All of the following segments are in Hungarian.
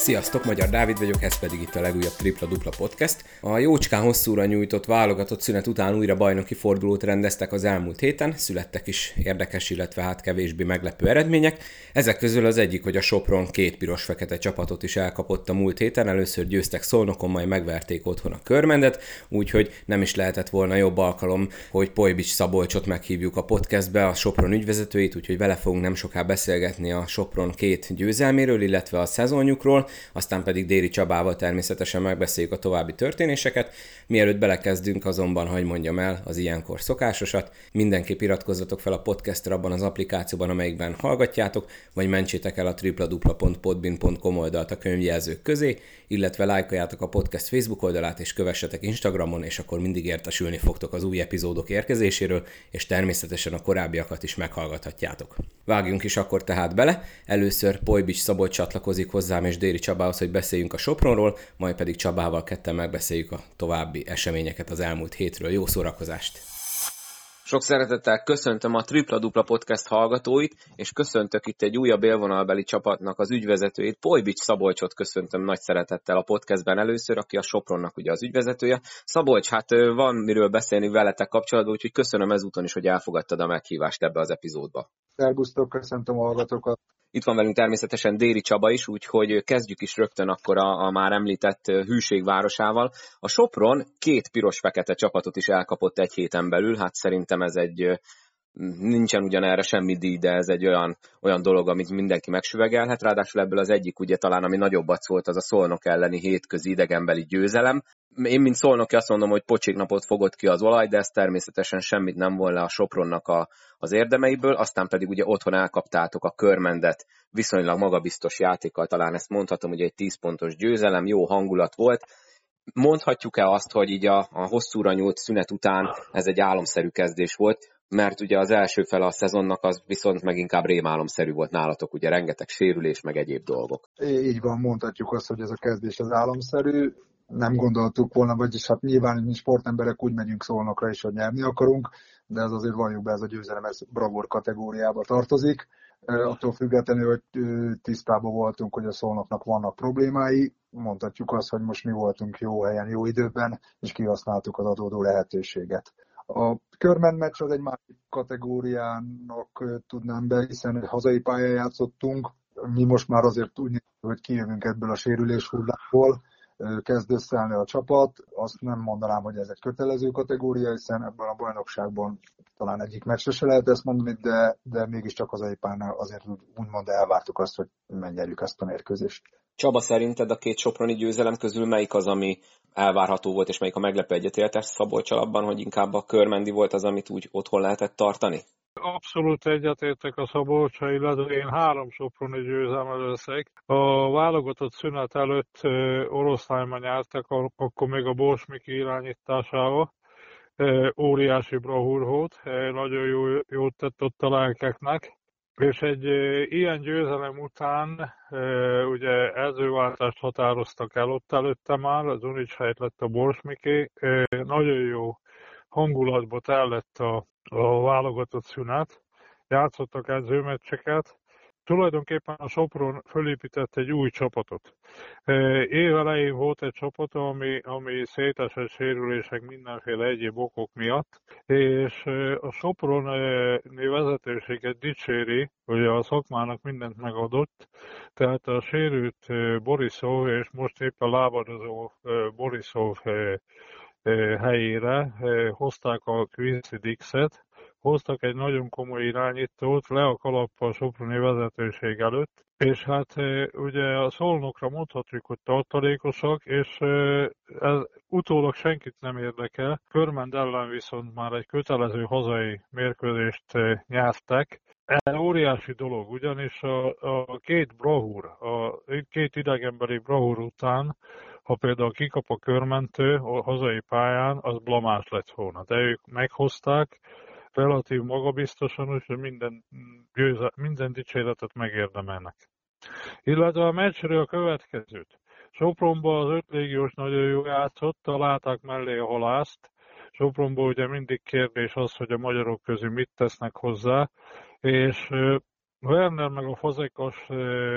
Sziasztok, Magyar Dávid vagyok, ez pedig itt a legújabb Tripla Dupla Podcast. A jócskán hosszúra nyújtott válogatott szünet után újra bajnoki fordulót rendeztek az elmúlt héten, születtek is érdekes, illetve hát kevésbé meglepő eredmények. Ezek közül az egyik, hogy a Sopron két piros-fekete csapatot is elkapott a múlt héten, először győztek Szolnokon, majd megverték otthon a Körmendet, úgyhogy nem is lehetett volna jobb alkalom, hogy Pojbics Szabolcsot meghívjuk a podcastbe, a Sopron ügyvezetőit, úgyhogy vele fogunk nem soká beszélgetni a Sopron két győzelméről, illetve a szezonjukról, aztán pedig Déri Csabával természetesen megbeszéljük a további történéseket. Mielőtt belekezdünk, azonban hadd mondjam el az ilyenkor szokásosat. Mindenképp iratkozzatok fel a podcastra abban az applikációban, amelyikben hallgatjátok, vagy mentsétek el a tripladupla.podbean.com oldalt a könyvjelzők közé, illetve lájkoljátok a podcast Facebook oldalát, és kövessetek Instagramon, és akkor mindig értesülni fogtok az új epizódok érkezéséről, és természetesen a korábbiakat is meghallgathatjátok. Vágjunk is akkor tehát bele. Először Pojbics Szabolcs csatlakozik hozzám és Déri Csabához, hogy beszéljünk a Sopronról, majd pedig Csabával ketten megbeszéljük a további eseményeket az elmúlt hétről. Jó szórakozást! Sok szeretettel köszöntöm a Tripla Dupla Podcast hallgatóit, és köszöntök itt egy újabb élvonalbeli csapatnak az ügyvezetőjét, Pojbics Szabolcsot köszöntöm nagy szeretettel a podcastben először, aki a Sopronnak ugye az ügyvezetője. Szabolcs, hát van miről beszélni veletek kapcsolatban, úgyhogy köszönöm ezúton is, hogy elfogadtad a meghívást ebbe az epizódba. Szerbusztok, köszöntöm a hallgatókat. Itt van velünk természetesen Déri Csaba is, úgyhogy kezdjük is rögtön akkor a már említett hűségvárosával. A Sopron két piros-fekete csapatot is elkapott egy héten belül, hát szerintem ez nincsen ugyan erre semmi díj, de ez egy olyan dolog, amit mindenki megsüvegelhet, ráadásul ebből az egyik ugye talán, ami nagyobbat szólt, az a Szolnok elleni hétközi idegenbeli győzelem. Én, mint szolnoki, azt mondom, hogy pocséknapot fogott ki az olaj, de ez természetesen semmit nem volna a Sopronnak az érdemeiből, aztán pedig ugye otthon elkaptátok a Körmendet viszonylag magabiztos játékkal, talán ezt mondhatom, hogy egy 10 pontos győzelem, jó hangulat volt. Mondhatjuk-e azt, hogy így a hosszúra nyúlt szünet után ez egy álomszerű kezdés volt, mert ugye az első fele a szezonnak az viszont meg inkább rémálomszerű volt nálatok, ugye rengeteg sérülés, meg egyéb dolgok. Így van, mondhatjuk azt, hogy ez a kezdés az álomszerű. Nem gondoltuk volna, vagyis hát nyilván mi sportemberek úgy megyünk Szolnokra is, hogy nyerni akarunk, de ez azért valljuk be, ez a győzelem, ez bravúr kategóriába tartozik. Attól függetlenül, hogy tisztában voltunk, hogy a Szolnoknak vannak problémái, mondhatjuk azt, hogy most mi voltunk jó helyen, jó időben, és kihasználtuk az adódó lehetőséget. A Körmend meccs az egy másik kategóriának tudnám be, hiszen hazai pályán játszottunk. Mi most már azért úgy nézzük, hogy kijövünk ebből a sérülés hullámból, kezd összeállni a csapat. Azt nem mondanám, hogy ez egy kötelező kategória, hiszen ebben a bajnokságban talán egyik meccsre se lehet ezt mondani, de mégiscsak hazai pályán azért úgymond elvártuk azt, hogy megnyerjük ezt a mérkőzést. Csaba, szerinted a két soproni győzelem közül melyik az, ami elvárható volt, és melyik a meglepő? Egyetértesz Szabolccsal abban, hogy inkább a körmendi volt az, amit úgy otthon lehetett tartani? Abszolút egyetértek a Szabolcsa, illetve én 3 soproni győzelmet veszek. A válogatott szünet előtt Oroszlányban nyertek, akkor még a Bors Miki irányításával. Óriási bravúr volt, nagyon jót tett ott a lelkeknek. És egy ilyen győzelem után ugye edzőváltást határoztak el ott előtte már, az Unics helyett lett a Bors Miki. Nagyon jó hangulatba tellett a válogatott szünet, játszottak edzőmeccseket. Tulajdonképpen a Sopron fölépített egy új csapatot. Év elején volt egy csapat, ami szétesett sérülések mindenféle egyéb okok miatt, és a Sopron vezetőséget dicséri, hogy a szakmának mindent megadott, tehát a sérült Borisov és most éppen lábadozó Borisov helyére hozták a Quincy Dixet, hoztak egy nagyon komoly irányítót le a kalappal a soproni vezetőség előtt, és hát ugye a Szolnokra mondhatjuk, hogy tartalékosak, és ez utólag senkit nem érdekel. Körmend ellen viszont már egy kötelező hazai mérkőzést nyertek. Ez óriási dolog, ugyanis a két bravúr, a két idegenbeli bravúr után, ha például kikap a Körmentő a hazai pályán, az blamás lett volna. De ők meghozták, relatív magabiztosan, úgyhogy minden dicséretet megérdemelnek. Illetve a meccsről a következőt. Sopronban az 5 légiós nagyon jó játszott, találták mellé a halászt. Sopronban ugye mindig kérdés az, hogy a magyarok közül mit tesznek hozzá, és Werner meg a Fazekas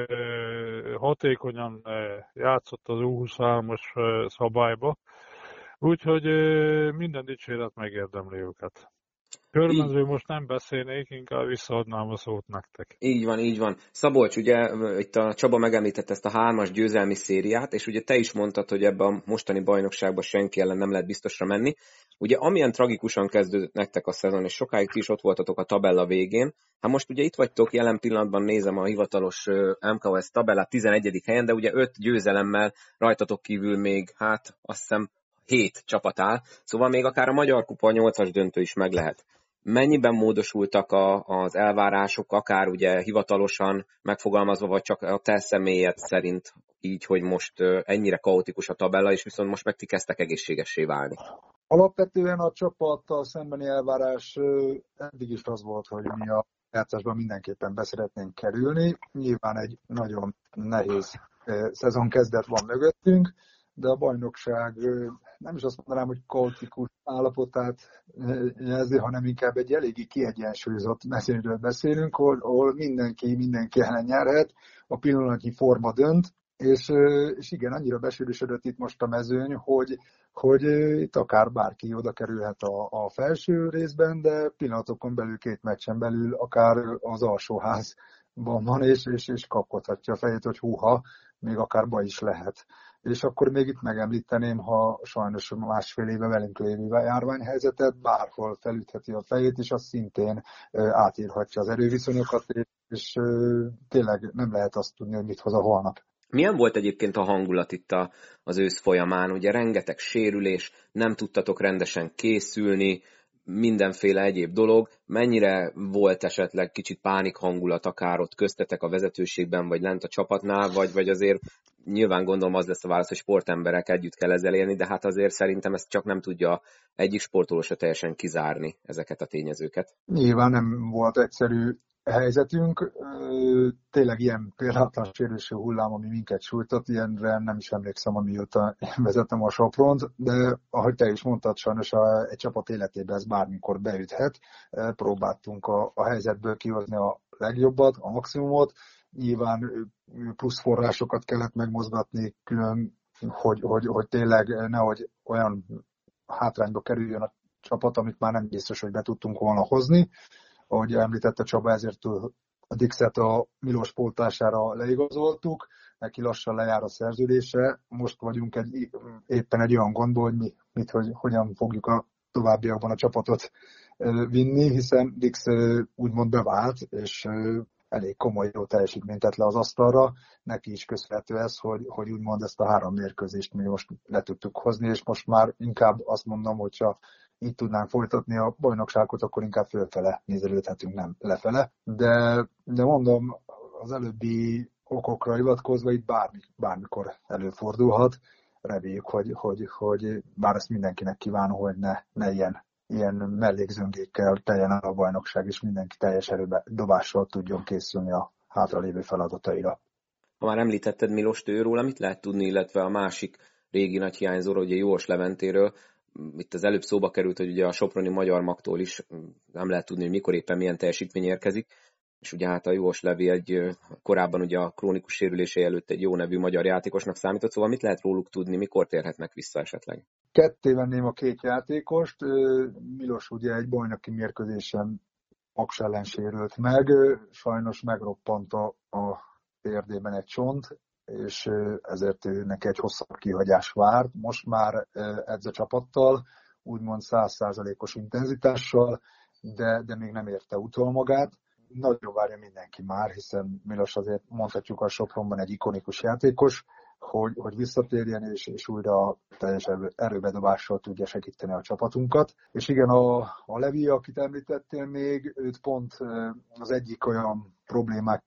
hatékonyan játszott az U23-as szabályba, úgyhogy minden dicséret megérdemli őket. Így, Körmezről most nem beszélnék, inkább visszaadnám a szót nektek. így van, így van. Szabolcs, ugye itt a Csaba megemlített ezt a 3-as győzelmi szériát, és ugye te is mondtad, hogy ebben a mostani bajnokságban senki ellen nem lehet biztosra menni. Ugye amilyen tragikusan kezdődött nektek a szezon, és sokáig ti is ott voltatok a tabella végén, hát most ugye itt vagytok, jelen pillanatban nézem a hivatalos MKOS tabellát 11. helyen, de ugye 5 győzelemmel rajtatok kívül még, hát azt hiszem 7 csapat áll, szóval még akár a Magyar Kupa 8-as döntő is meg lehet. Mennyiben módosultak az elvárások, akár ugye hivatalosan megfogalmazva, vagy csak a te személyed szerint így, hogy most ennyire kaotikus a tabella, és viszont most meg ti kezdtek egészségessé válni? Alapvetően a csapattal szembeni elvárás eddig is az volt, hogy mi a játszásban mindenképpen beszeretnénk kerülni. Nyilván egy nagyon nehéz szezon kezdet van mögöttünk, de a bajnokság nem is azt mondanám, hogy kaotikus állapotát jelzi, hanem inkább egy eléggé kiegyensúlyozott mezőnyről beszélünk, ahol mindenki ellen nyerhet, a pillanatnyi forma dönt, és igen, annyira besűrűsödött itt most a mezőny, hogy itt akár bárki oda kerülhet a felső részben, de pillanatokon belül, 2 meccsen belül akár az alsóházban van, és kapkodhatja a fejét, hogy húha, még akár baj is lehet. És akkor még itt megemlíteném, ha sajnos másfél éve velünk lévő járványhelyzetet, bárhol felütheti a fejét, és az szintén átírhatja az erőviszonyokat, és tényleg nem lehet azt tudni, hogy mit hoz a holnap. Milyen volt egyébként a hangulat itt az ősz folyamán? Ugye rengeteg sérülés, nem tudtatok rendesen készülni, mindenféle egyéb dolog. Mennyire volt esetleg kicsit pánik hangulat akár ott köztetek a vezetőségben, vagy lent a csapatnál, vagy azért nyilván gondolom az lesz a válasz, hogy sportemberek együtt kell ezzel élni, de hát azért szerintem ezt csak nem tudja egyik sportoló se teljesen kizárni ezeket a tényezőket. Nyilván nem volt egyszerű helyzetünk. Tényleg ilyen példátlan sérülési hullám, ami minket sújtott, ilyenre nem is emlékszem, amióta én vezetem a Sopront, de ahogy te is mondtad, sajnos egy csapat életében ez bármikor beüthet. Próbáltunk a helyzetből kihozni a legjobbat, a maximumot. Nyilván plusz forrásokat kellett megmozgatni, külön, hogy tényleg nehogy olyan hátrányba kerüljön a csapat, amit már nem biztos, hogy be tudtunk volna hozni. Ahogy említette Csaba, ezért a Dixet a Milos pótlására leigazoltuk, neki lassan lejár a szerződése. Most vagyunk éppen egy olyan gondból, hogy hogyan fogjuk a továbbiakban a csapatot vinni, hiszen Dix úgymond bevált, és elég komoly jó teljesítményt tett le az asztalra. Neki is köszönhető ez, hogy úgymond ezt a 3 mérkőzést mi most le tudtuk hozni, és most már inkább azt mondom, hogyha így tudnánk folytatni a bajnokságot, akkor inkább fölfele nézelődhetünk, nem lefele. De mondom, az előbbi okokra hivatkozva itt bármikor előfordulhat. Reméljük, hogy bár ezt mindenkinek kívánom, hogy ne ilyen mellékzöngékkel teljen a bajnokság, és mindenki teljes erődobással tudjon készülni a hátralévő feladataira. Ha már említetted Milost, őróla, mit lehet tudni, illetve a másik régi nagy hiányzóról, ugye Jós Leventéről? Itt az előbb szóba került, hogy ugye a soproni Magyar Magtól is nem lehet tudni, hogy mikor éppen milyen teljesítmény érkezik, és ugye hát a Jós Levi korábban ugye a krónikus sérülése előtt egy jó nevű magyar játékosnak számított, szóval mit lehet róluk tudni, mikor térhetnek vissza esetleg? Ketté venném a 2 játékost. Milos ugye egy bajnoki mérkőzésen Paks ellen sérült meg, sajnos megroppant a térdében egy csont, és ezért neki egy hosszabb kihagyás várt. Most már edz a csapattal, úgymond 100%-os intenzitással, de még nem érte utol magát. Nagyon várja mindenki már, hiszen Milos azért mondhatjuk a Sopronban egy ikonikus játékos, hogy visszatérjen és újra teljes erőbedobással tudja segíteni a csapatunkat. És igen, a Levi, akit említettél még, őt pont az egyik olyan problémák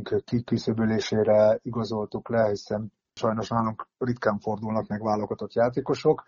kiküszöbölésére igazoltuk le, hiszen sajnos nálunk ritkán fordulnak meg válogatott játékosok.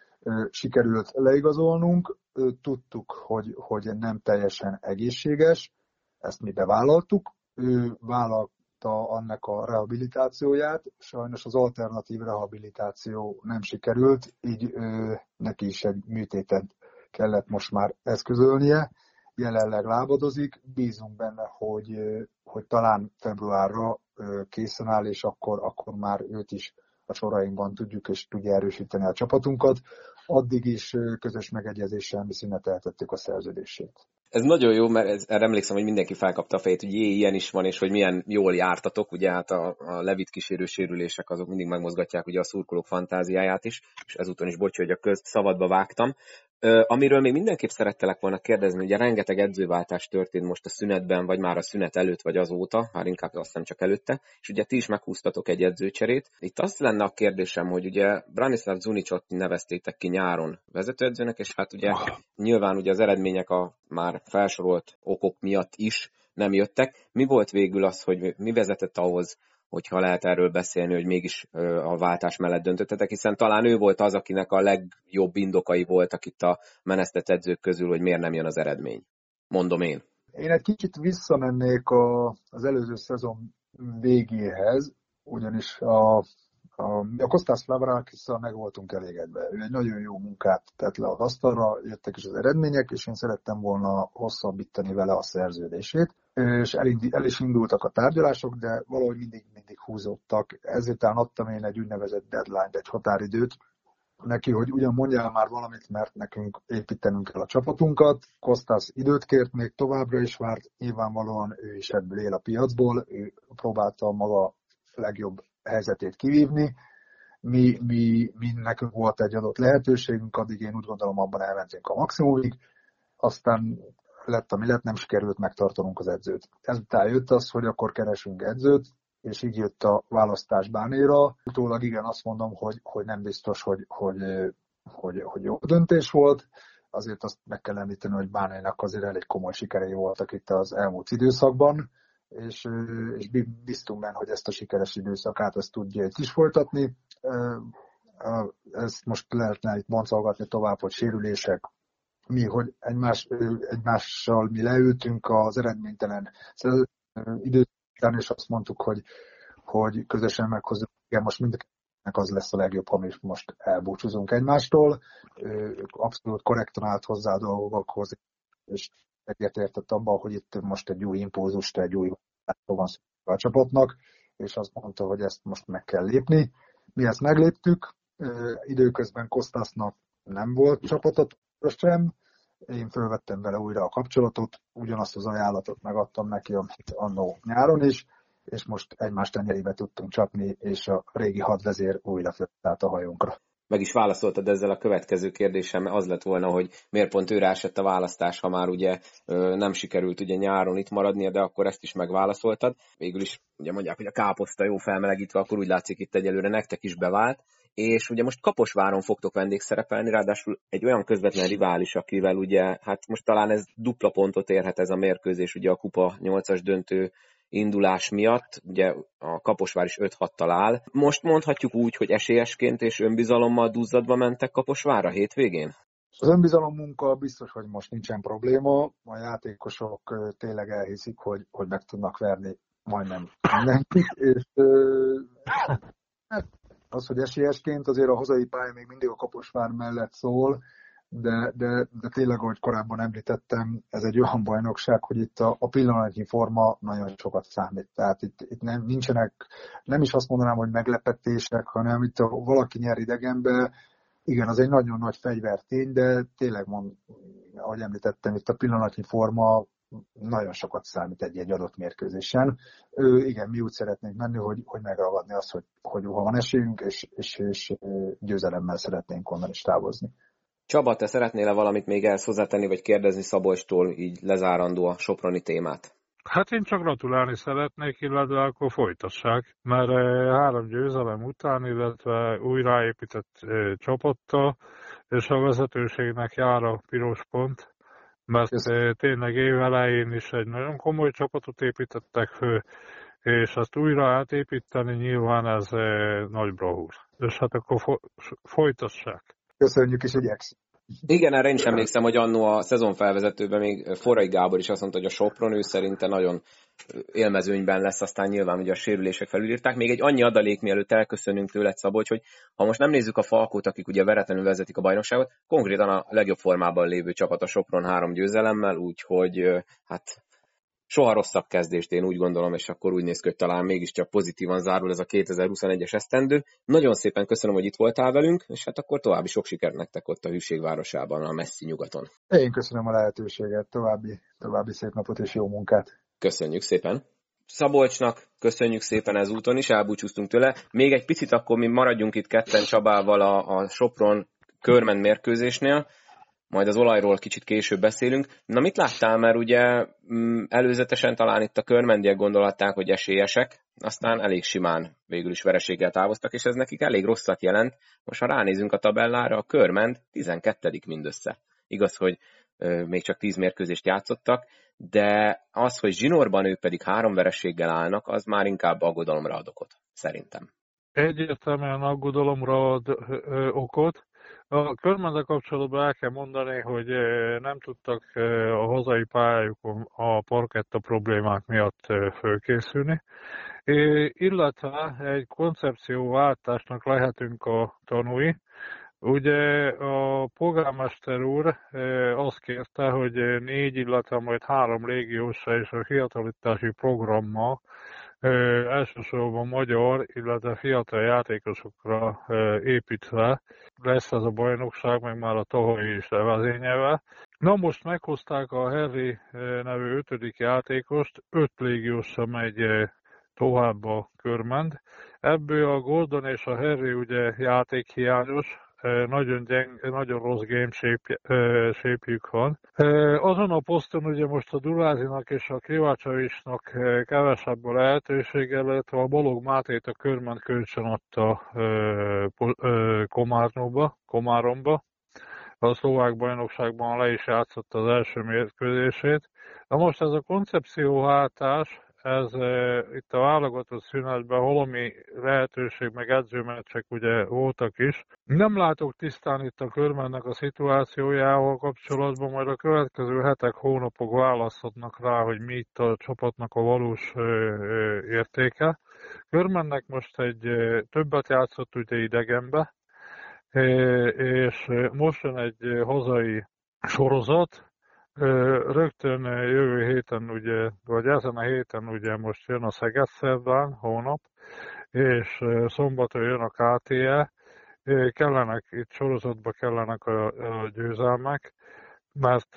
Sikerült leigazolnunk, tudtuk, hogy nem teljesen egészséges, ezt mi bevállaltuk. Ő vállalta annak a rehabilitációját, sajnos az alternatív rehabilitáció nem sikerült, így neki is egy műtétet kellett most már eszközölnie, jelenleg lábadozik. Bízunk benne, hogy talán februárra készen áll, és akkor már őt is a sorainkban tudjuk és tudja erősíteni a csapatunkat. Addig is közös megegyezéssel mi szüneteltettük a szerződését. Ez nagyon jó, mert erre emlékszem, hogy mindenki felkapta a fejét, hogy ilyen is van, és hogy milyen jól jártatok. Ugye hát a Levit kísérő sérülések azok mindig megmozgatják ugye a szurkolók fantáziáját is, és ezúton is bocs, hogy a közt szabadba vágtam. Amiről még mindenképp szerettelek volna kérdezni, ugye rengeteg edzőváltás történt most a szünetben, vagy már a szünet előtt, vagy azóta, már inkább azt hiszem csak előtte, és ugye ti is meghúztatok egy edzőcserét. Itt azt lenne a kérdésem, hogy ugye Branislav Zunicsot neveztétek ki nyáron vezetőedzőnek, és hát ugye nyilván ugye az eredmények a már felsorolt okok miatt is nem jöttek. Mi volt végül az, hogy mi vezetett ahhoz, hogyha lehet erről beszélni, hogy mégis a váltás mellett döntöttetek, hiszen talán ő volt az, akinek a legjobb indokai voltak itt a menesztett edzők közül, hogy miért nem jön az eredmény. Mondom én. Én egy kicsit visszamennék az előző szezon végéhez, ugyanis a Kostas Lavrakissal meg voltunk elégedve. Ő egy nagyon jó munkát tett le az asztalra, jöttek is az eredmények, és én szerettem volna hosszabbítani vele a szerződését. És el is indultak a tárgyalások, de valahogy mindig húzódtak. Ezért adtam én egy úgynevezett deadline-t, egy határidőt neki, hogy ugyan mondjál már valamit, mert nekünk építenünk kell a csapatunkat. Kostas időt kért, még továbbra is várt, nyilvánvalóan ő is ebből él a piacból, ő próbálta maga legjobb helyzetét kivívni. Mi nekünk volt egy adott lehetőségünk, addig én úgy gondolom abban elmentünk a maximumig, aztán lett, ami lett, nem sikerült megtartanunk az edzőt. Ezután jött az, hogy akkor keresünk edzőt, és így jött a választás Bánéra. Utólag igen, azt mondom, hogy nem biztos, hogy jó döntés volt. Azért azt meg kell említeni, hogy Bánénak azért elég komoly sikerei voltak itt az elmúlt időszakban, és bíztunk benne, hogy ezt a sikeres időszakát ezt tudja itt is folytatni. Ezt most lehetne itt boncolgatni tovább, hogy sérülések, mi, hogy egymással mi leültünk az eredménytelen időszakán, és azt mondtuk, hogy közösen meghozzuk, igen, most mindenkinek az lesz a legjobb, ha mi most elbúcsúzunk egymástól. Abszolút korrektan állt hozzá a dolgokhoz, és egyetértett abban, hogy itt most egy új impulzust, egy új van a csapatnak, és azt mondta, hogy ezt most meg kell lépni. Mi ezt megléptük, időközben Kostasnak nem volt csapatot sem, én fölvettem vele újra a kapcsolatot, ugyanazt az ajánlatot megadtam neki, amit annó nyáron is, és most egymás tenyerébe tudtunk csapni, és a régi hadvezér újra fölállt a hajónkra. Meg is válaszoltad ezzel a következő kérdésem, az lett volna, hogy miért pont őre esett a választás, ha már ugye nem sikerült ugye nyáron itt maradnia, de akkor ezt is megválaszoltad. Végül is ugye mondják, hogy a káposzta jó felmelegítve, akkor úgy látszik itt egyelőre nektek is bevált. És ugye most Kaposváron fogtok vendégszerepelni, ráadásul egy olyan közvetlen rivális, akivel ugye, hát most talán ez dupla pontot érhet ez a mérkőzés, ugye a Kupa 8-as döntő indulás miatt, ugye a Kaposvár is 5-6-tal áll. Most mondhatjuk úgy, hogy esélyesként és önbizalommal duzzadva mentek Kaposvárra hétvégén? Az önbizalomunkkal biztos, hogy most nincsen probléma. A játékosok tényleg elhiszik, hogy meg tudnak verni majdnem mindenkit, és az, hogy esélyesként azért a hazai pálya még mindig a Kaposvár mellett szól, de tényleg, ahogy korábban említettem, ez egy olyan bajnokság, hogy itt a pillanatnyi forma nagyon sokat számít. Tehát itt nincsenek, nem is azt mondanám, hogy meglepetések, hanem itt ha valaki nyer idegenbe, igen, az egy nagyon nagy fegyvertény, de tényleg, ahogy említettem, itt a pillanatnyi forma nagyon sokat számít egy adott mérkőzésen. Igen, mi úgy szeretnénk menni, hogy megragadni azt, hogy ha van esélyünk, és győzelemmel szeretnénk onnan is távozni. Csaba, te szeretnél valamit még ehhez hozzátenni, vagy kérdezni Szabolcstól, így lezárandó a soproni témát? Hát én csak gratulálni szeretnék, illetve akkor folytassák, mert 3 győzelem után, illetve újraépített csapattal, és a vezetőségnek jár a piros pont, mert tényleg évelején is egy nagyon komoly csapatot építettek fő, és azt újra átépíteni nyilván ez nagy bravúr. És hát akkor folytassák. Köszönjük is, hogy Igen, erre én is emlékszem, hogy annó a szezonfelvezetőben még Forrai Gábor is azt mondta, hogy a Sopron ő szerinte nagyon élmezőnyben lesz, aztán nyilván ugye a sérülések felülírták. Még egy annyi adalék, mielőtt elköszönünk tőled, Szabolcs, hogy ha most nem nézzük a Falkót, akik ugye veretlenül vezetik a bajnokságot, konkrétan a legjobb formában lévő csapat a Sopron 3 győzelemmel, úgyhogy hát soha rosszabb kezdést én úgy gondolom, és akkor úgy néz ki, hogy talán mégiscsak pozitívan zárul ez a 2021-es esztendő. Nagyon szépen köszönöm, hogy itt voltál velünk, és hát akkor további sok sikert nektek ott a hűségvárosában, a messzi nyugaton. Én köszönöm a lehetőséget, további szép napot és jó munkát. Köszönjük szépen. Szabolcsnak köszönjük szépen ezúton is, elbúcsúztunk tőle. Még egy picit akkor mi maradjunk itt ketten Csabával a Sopron Körmend mérkőzésnél, majd az olajról kicsit később beszélünk. Na mit láttál, mert ugye előzetesen talán itt a körmendiek gondolták, hogy esélyesek, aztán elég simán végül is vereséggel távoztak, és ez nekik elég rosszat jelent. Most ha ránézünk a tabellára, a Körmend 12. mindössze. Igaz, hogy még csak 10 mérkőzést játszottak, de az, hogy zsinórban ők pedig 3 vereséggel állnak, az már inkább aggodalomra ad okot, szerintem. Egyértelműen aggodalomra ad okot. A Körmenddel kapcsolatban el kell mondani, hogy nem tudtak a hazai pályájukon a parketta problémák miatt fölkészülni, illetve egy koncepcióváltásnak lehetünk a tanúi. Ugye a polgármester úr azt kérte, hogy 4, illetve majd 3 légiósra és a fiatalítási programmal elsősorban magyar, illetve fiatal játékosokra építve lesz ez a bajnokság, meg már a tavalyi is levezényelve. Na most meghozták a Harry nevű 5. játékost, 5 légiósra megy tovább a Körmend. Ebből a Gordon és a Harry ugye játékhiányos, nagyon rossz game shape-jük van. Azon a poszton ugye most a Durázinak és a Krivácsavisnak kevesebb a lehetősége, illetve a Balog Mátét a Körmend kölcsön adta Komáromba. A szlovák bajnokságban le is játszott az első mérkőzését. Na most ez a koncepcióváltás, ez itt a válogatott szünetben valami lehetőség, meg edzőmeccsek ugye voltak is. Nem látok tisztán itt a Körmendnek a szituációjával kapcsolatban, majd a következő hetek, hónapok választhatnak rá, hogy mi itt a csapatnak a valós értéke. Körmendnek most többet játszott ugye idegenbe, és most jön egy hazai sorozat. Rögtön jövő héten, ugye, vagy ezen a héten ugye most jön a Szeged szerdán, hónap, és szombaton jön a KTE. Kellenek, itt sorozatba kellenek a győzelmek, mert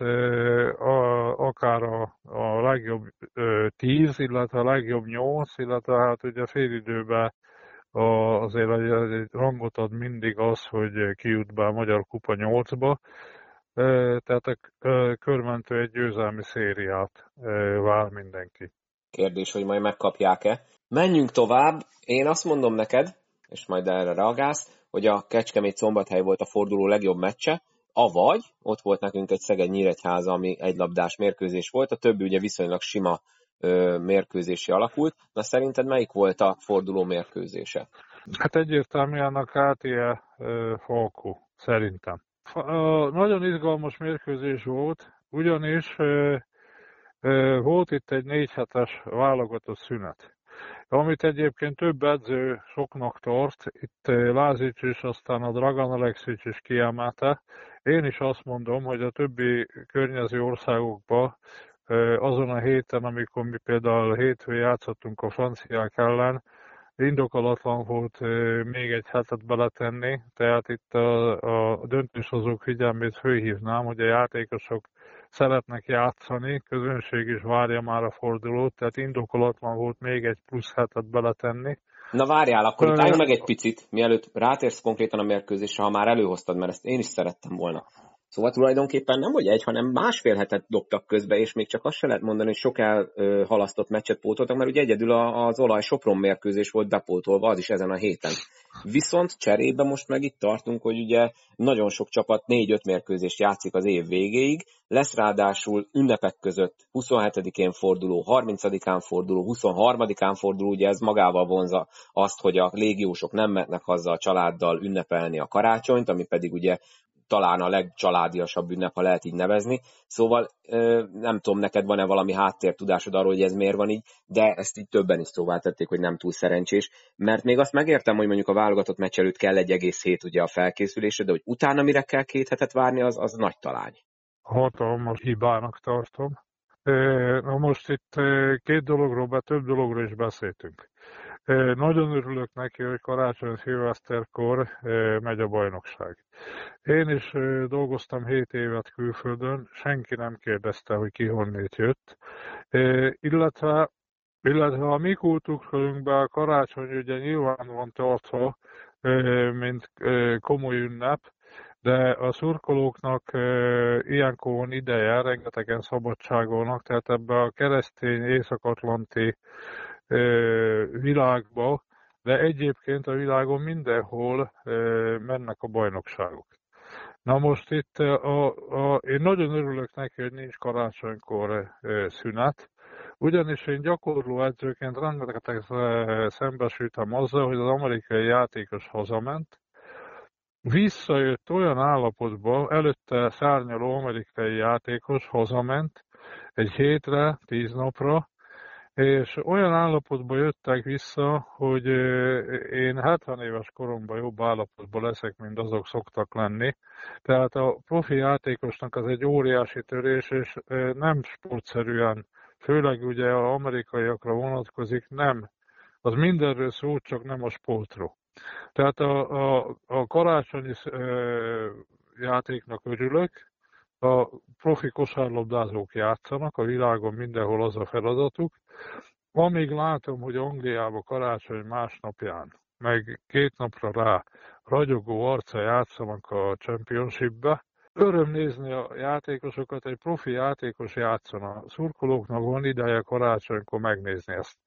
akár a legjobb 10, illetve a legjobb 8, illetve hát ugye félidőben azért egy rangot ad mindig az, hogy kijut be a Magyar Kupa 8-ba, tehát a Körmentől egy győzelmi szériát vár mindenki. Kérdés, hogy majd megkapják-e. Menjünk tovább. Én azt mondom neked, és majd erre reagálsz, hogy a Kecskemét-Szombathely volt a forduló legjobb meccse, avagy ott volt nekünk egy Szeged-Nyíregyháza, ami egylabdás mérkőzés volt, a többi ugye viszonylag sima mérkőzésé alakult. Na szerinted melyik volt a forduló mérkőzése? Hát egyértelműen a KTE Falkó, szerintem. Nagyon izgalmas mérkőzés volt, ugyanis volt itt egy 4 hetes válogatott szünet, amit egyébként több edző soknak tart, itt Lázics és aztán a Dragan Alexics is kiemelte. Én is azt mondom, hogy a többi környező országokban azon a héten, amikor mi például hétfőn játszottunk a franciák ellen, indokolatlan volt még egy hetet beletenni, tehát itt a döntéshozók figyelmét fölhívnám, hogy a játékosok szeretnek játszani, közönség is várja már a fordulót, tehát indokolatlan volt még egy plusz hetet beletenni. Na várjál, akkor itt álljunk meg egy picit, mielőtt rátérsz konkrétan a mérkőzésre, ha már előhoztad, mert ezt én is szerettem volna. Szóval tulajdonképpen nem vagy egy, hanem másfél hetet dobtak közbe, és még csak azt se lehet mondani, hogy sok elhalasztott meccset pótoltak, mert ugye egyedül az olaj Sopron mérkőzés volt bepótolva, az is ezen a héten. Viszont cserébe most meg itt tartunk, hogy ugye nagyon sok csapat 4-5 mérkőzést játszik az év végéig, lesz ráadásul ünnepek között 27-én forduló, 30-án forduló, 23-án forduló, ugye ez magával vonza azt, hogy a légiósok nem mehetnek haza a családdal ünnepelni a karácsonyt, ami pedig ugye talán a legcsaládiasabb ünnep, ha lehet így nevezni. Szóval nem tudom, neked van-e valami háttértudásod arról, hogy ez miért van így, de ezt így többen is szóvá tették, hogy nem túl szerencsés, mert még azt megértem, hogy mondjuk a válogatott meccs előtt kell egy egész hét ugye a felkészülésre, de hogy utána mire kell 2 hetet várni, az nagy talány. Hatalmas hibának tartom. Na most itt több dologról is beszéltünk. Nagyon örülök neki, hogy karácsony szilveszterkor megy a bajnokság. Én is dolgoztam 7 évet külföldön, senki nem kérdezte, hogy ki honnét jött. Illetve a mi kultúrkörünkben a karácsony ugye nyilván van tartva, mint komoly ünnep, de a szurkolóknak ilyenkor van ideje, rengetegen szabadságolnak, tehát ebbe a keresztény észak-atlanti világba, de egyébként a világon mindenhol mennek a bajnokságok. Na most itt én nagyon örülök neki, hogy nincs karácsonykor szünet, ugyanis én gyakorló edzőként rengeteg szembesültem azzal, hogy az amerikai játékos hazament, visszajött olyan állapotba, előtte szárnyaló amerikai játékos hazament egy hétre, 10 napra, és olyan állapotba jöttek vissza, hogy én 70 éves koromban jobb állapotban leszek, mint azok szoktak lenni. Tehát a profi játékosnak az egy óriási törés, és nem sportszerűen, főleg ugye az amerikaiakra vonatkozik, nem. Az mindenről szól, csak nem a sportról. Tehát a karácsonyi játéknak örülök, a profi kosárlabdázók játszanak, a világon mindenhol az a feladatuk. Amíg látom, hogy Angliában karácsony másnapján, meg 2 napra rá ragyogó arca játszanak a Championshipbe, öröm nézni a játékosokat, egy profi játékos játszana. A szurkolóknak van ideje karácsonykor megnézni ezt.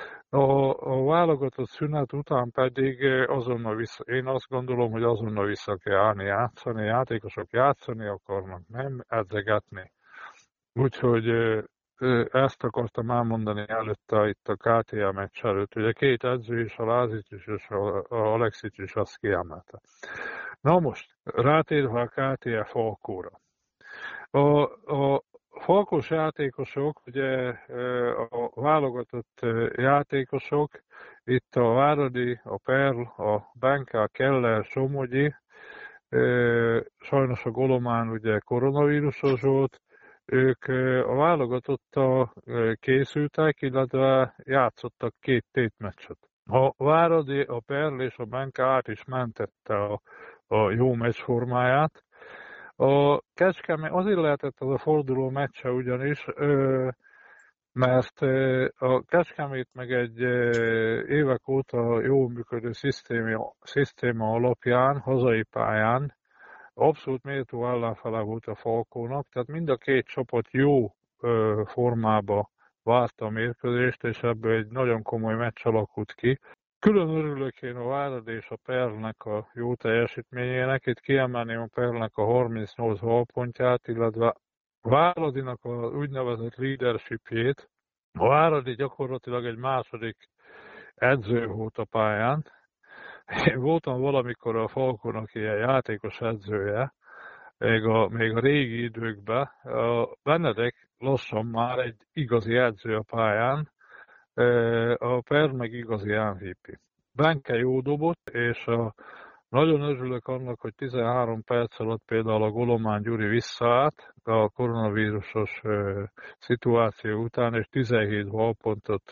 A válogatott szünet után pedig én azt gondolom, hogy azonnal vissza kell állni játszani, a játékosok játszani akarnak, nem edzegetni. Úgyhogy ezt akartam elmondani előtte itt a KTL meccs előtt. Ugye 2 edző is, a Lázics is és a Alexics is azt kiemelte. Na most, rátérve a KTL Falkóra. A falkos játékosok, ugye a válogatott játékosok, itt a Váradi, a Perl, a Benka, Keller, Somogyi, sajnos a Golomán ugye koronavírusos volt, ők a válogatottal készültek, illetve játszottak 2 tétmeccset. A Váradi, a Perl és a Benka át is mentette a jó meccs formáját. A Kecskemét azért lehetett az a forduló meccse ugyanis, mert a Kecskemét meg egy évek óta jól működő szisztéma alapján, hazai pályán abszolút méltó ellenfele volt a Falkónak, tehát mind a 2 csapat jó formába várta a mérkőzést, és ebből egy nagyon komoly meccs alakult ki. Külön örülök én a Várad és a Perlnek a jó teljesítményének. Itt kiemelném a Perlnek a 38 halpontját, illetve a Váradinak az úgynevezett leadershipjét. A Váradi gyakorlatilag egy második edző volt a pályán. Én voltam valamikor a Falkónak ilyen játékos edzője, még a régi időkben. A Benedek lassan már egy igazi edző a pályán, a Per meg igazi MVP. Benke jó dobott, és nagyon örülök annak, hogy 13 perc alatt például a Golomán Gyuri visszaállt a koronavírusos szituáció után, és 17 halpontot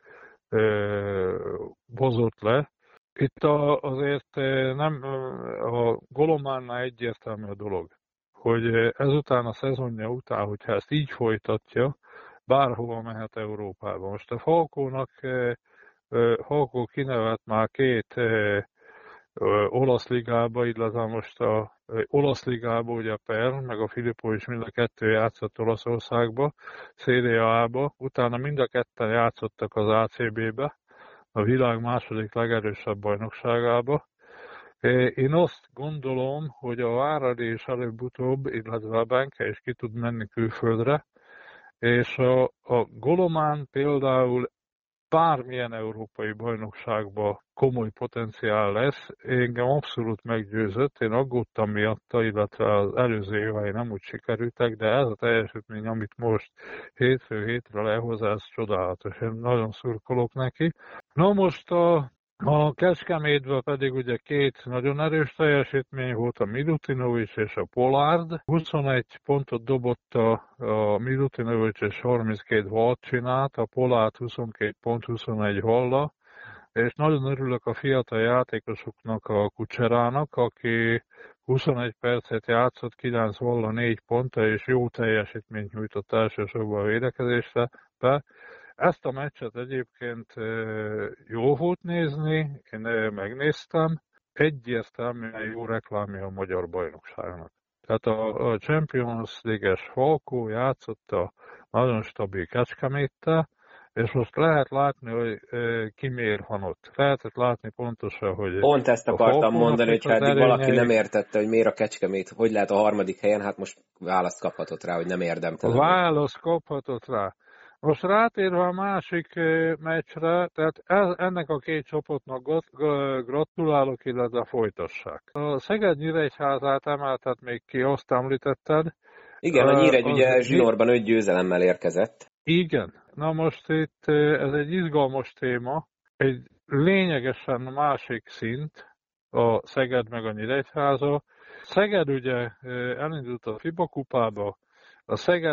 hozott le. Itt azért nem a Golománnál egyértelmű a dolog, hogy ezután a szezonja után, hogyha ezt így folytatja, bárhova mehet Európába. Most a Falkó kinevett már 2 olasz ligába, illetve most a olasz ligába, ugye a Perl, meg a Filippo is mind a 2 játszott Olaszországba, Serie A-ba, utána mind a 2 játszottak az ACB-be, a világ második legerősebb bajnokságába. Én azt gondolom, hogy a Váradi is előbb-utóbb, illetve a Benke is ki tud menni külföldre, és a Golomán például bármilyen európai bajnokságban komoly potenciál lesz. Engem abszolút meggyőzött, én aggódtam miatta, illetve az előző évei nem úgy sikerültek, de ez a teljesítmény, amit most hétről hétre lehoz, ez csodálatos. Én nagyon szurkolok neki. Na most a Kecskemétben pedig ugye két nagyon erős teljesítmény volt, a Milutinovic és a Pollard. 21 pontot dobott a Milutinovic és 32 volt csinált, a Pollard 22 pont, 21 valla, és nagyon örülök a fiatal játékosoknak, a Kucserának, aki 21 percet játszott, 9 valla, 4 ponta, és jó teljesítményt nyújtott elsősorban a védekezésre. Ezt a meccset egyébként jó volt nézni, én megnéztem, egyértelműen jó reklámja a magyar bajnokságnak. Tehát a Champions League-es Falkó játszott a nagyon stabil Kecskeméttel, és most lehet látni, hogy ki miért van ott. Lehetett látni pontosan, hogy... Pont ezt akartam mondani, hogy eddig valaki nem értette, hogy miért a Kecskemét, hogy lehet a harmadik helyen, hát most választ kaphatott rá, hogy nem érdemtelen. Választ kaphatott rá. Most rátérve a másik meccsre, tehát ennek a két csoportnak gratulálok, illetve folytassák. A Szeged-Nyíregyházát emeltet még ki, azt említetted. Igen, a Nyíregy ugye zsinórban 5 győzelemmel érkezett. Igen. Na most itt ez egy izgalmas téma, egy lényegesen másik szint, a Szeged meg a Nyíregyháza. Szeged ugye elindult a FIBA kupába, a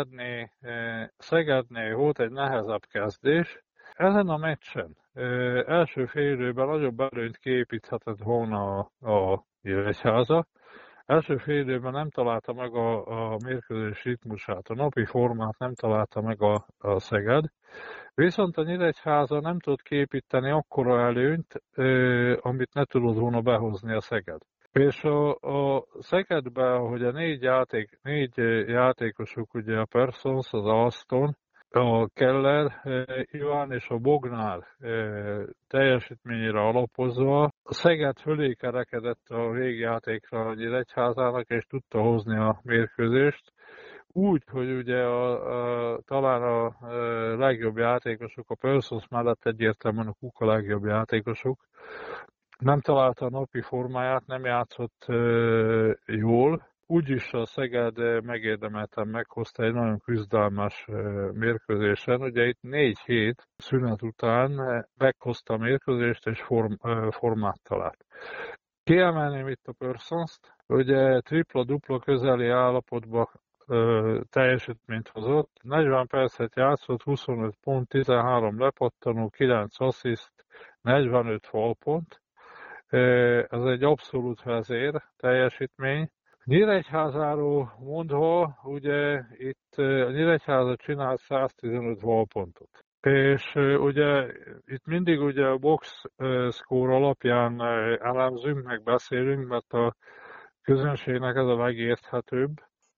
Szegednél volt egy nehezebb kezdés. Ezen a meccsen első fél időben nagyobb előnyt kiépíthetett volna a Nyíregyháza. Első fél időben nem találta meg a mérkőzés ritmusát, a napi formát nem találta meg a Szeged. Viszont a Nyíregyháza nem tudott kiépíteni akkora előnyt, amit ne tudott volna behozni a Szeged. És a Szegedben, hogy a négy játékosuk, ugye a Persons, az Alston, a Keller, Iván és a Bognár teljesítményére alapozva, a Szeged fölé kerekedett a végjátékra a Nyíregyházának, és tudta hozni a mérkőzést. Úgy, hogy ugye talán a legjobb játékosok, a Persons mellett egyértelműen a Kuka legjobb játékosok, nem találta a napi formáját, nem játszott jól. Úgyis a Szeged megérdemelten meghozta egy nagyon küzdelmes mérkőzésen. Ugye itt 4 hét szünet után meghozta a mérkőzést és formát talált. Kiemelném itt a Persons-t, ugye tripla-dupla közeli állapotban teljesítményt hozott. 40 percet játszott, 25 pont, 13 lepattanó, 9 assziszt, 45 falpont. Ez egy abszolút vezér teljesítmény. Nyíregyházáról mondva, ugye itt a Nyíregyháza csinált 115 valpontot. És ugye itt mindig ugye a box score alapján elemzünk, meg beszélünk, mert a közönségnek ez a legérthetőbb.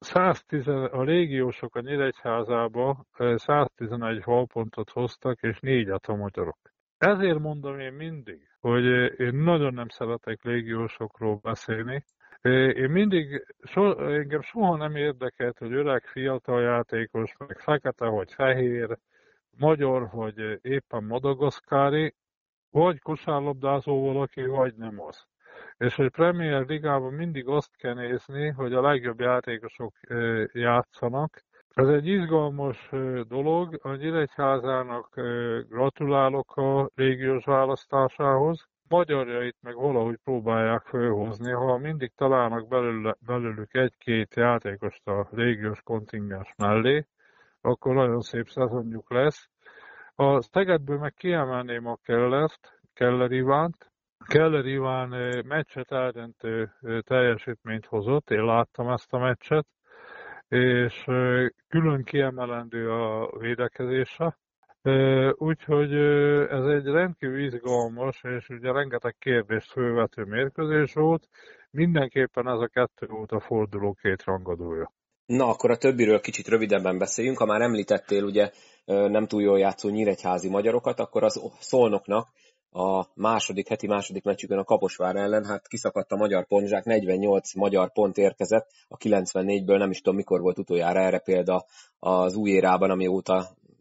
A légiósok a Nyíregyházába 111 valpontot hoztak, és 4-et a magyarok. Ezért mondom én mindig, hogy én nagyon nem szeretek légiósokról beszélni. Engem soha nem érdekelt, hogy öreg, fiatal játékos, meg fekete vagy fehér, magyar vagy éppen madagaszkári, vagy kosárlabdázó valaki, vagy nem az. És hogy Premier Ligában mindig azt kell nézni, hogy a legjobb játékosok játszanak. Ez egy izgalmas dolog, a Nyíregyházának gratulálok a régiós választásához. Magyarjait meg valahogy próbálják fölhozni, ha mindig találnak belőlük egy-két játékost a régiós kontingens mellé, akkor nagyon szép szezonjuk lesz. A Szegedből meg kiemelném a Keller Ivánt. Keller Iván meccset eldöntő teljesítményt hozott, én láttam ezt a meccset, és külön kiemelendő a védekezése. Úgyhogy ez egy rendkívül izgalmas, és ugye rengeteg kérdést fölvető mérkőzés volt. Mindenképpen ez a kettő volt a forduló két rangadója. Na, akkor a többiről kicsit rövidebben beszéljünk. Ha már említettél ugye nem túl jól játszó nyíregyházi magyarokat, akkor az Szolnoknak a heti második meccsükön a Kaposvár ellen, hát kiszakadt a magyar pontzsák, 48 magyar pont érkezett, a 94-ből nem is tudom mikor volt utoljára erre példa az új érában, amióta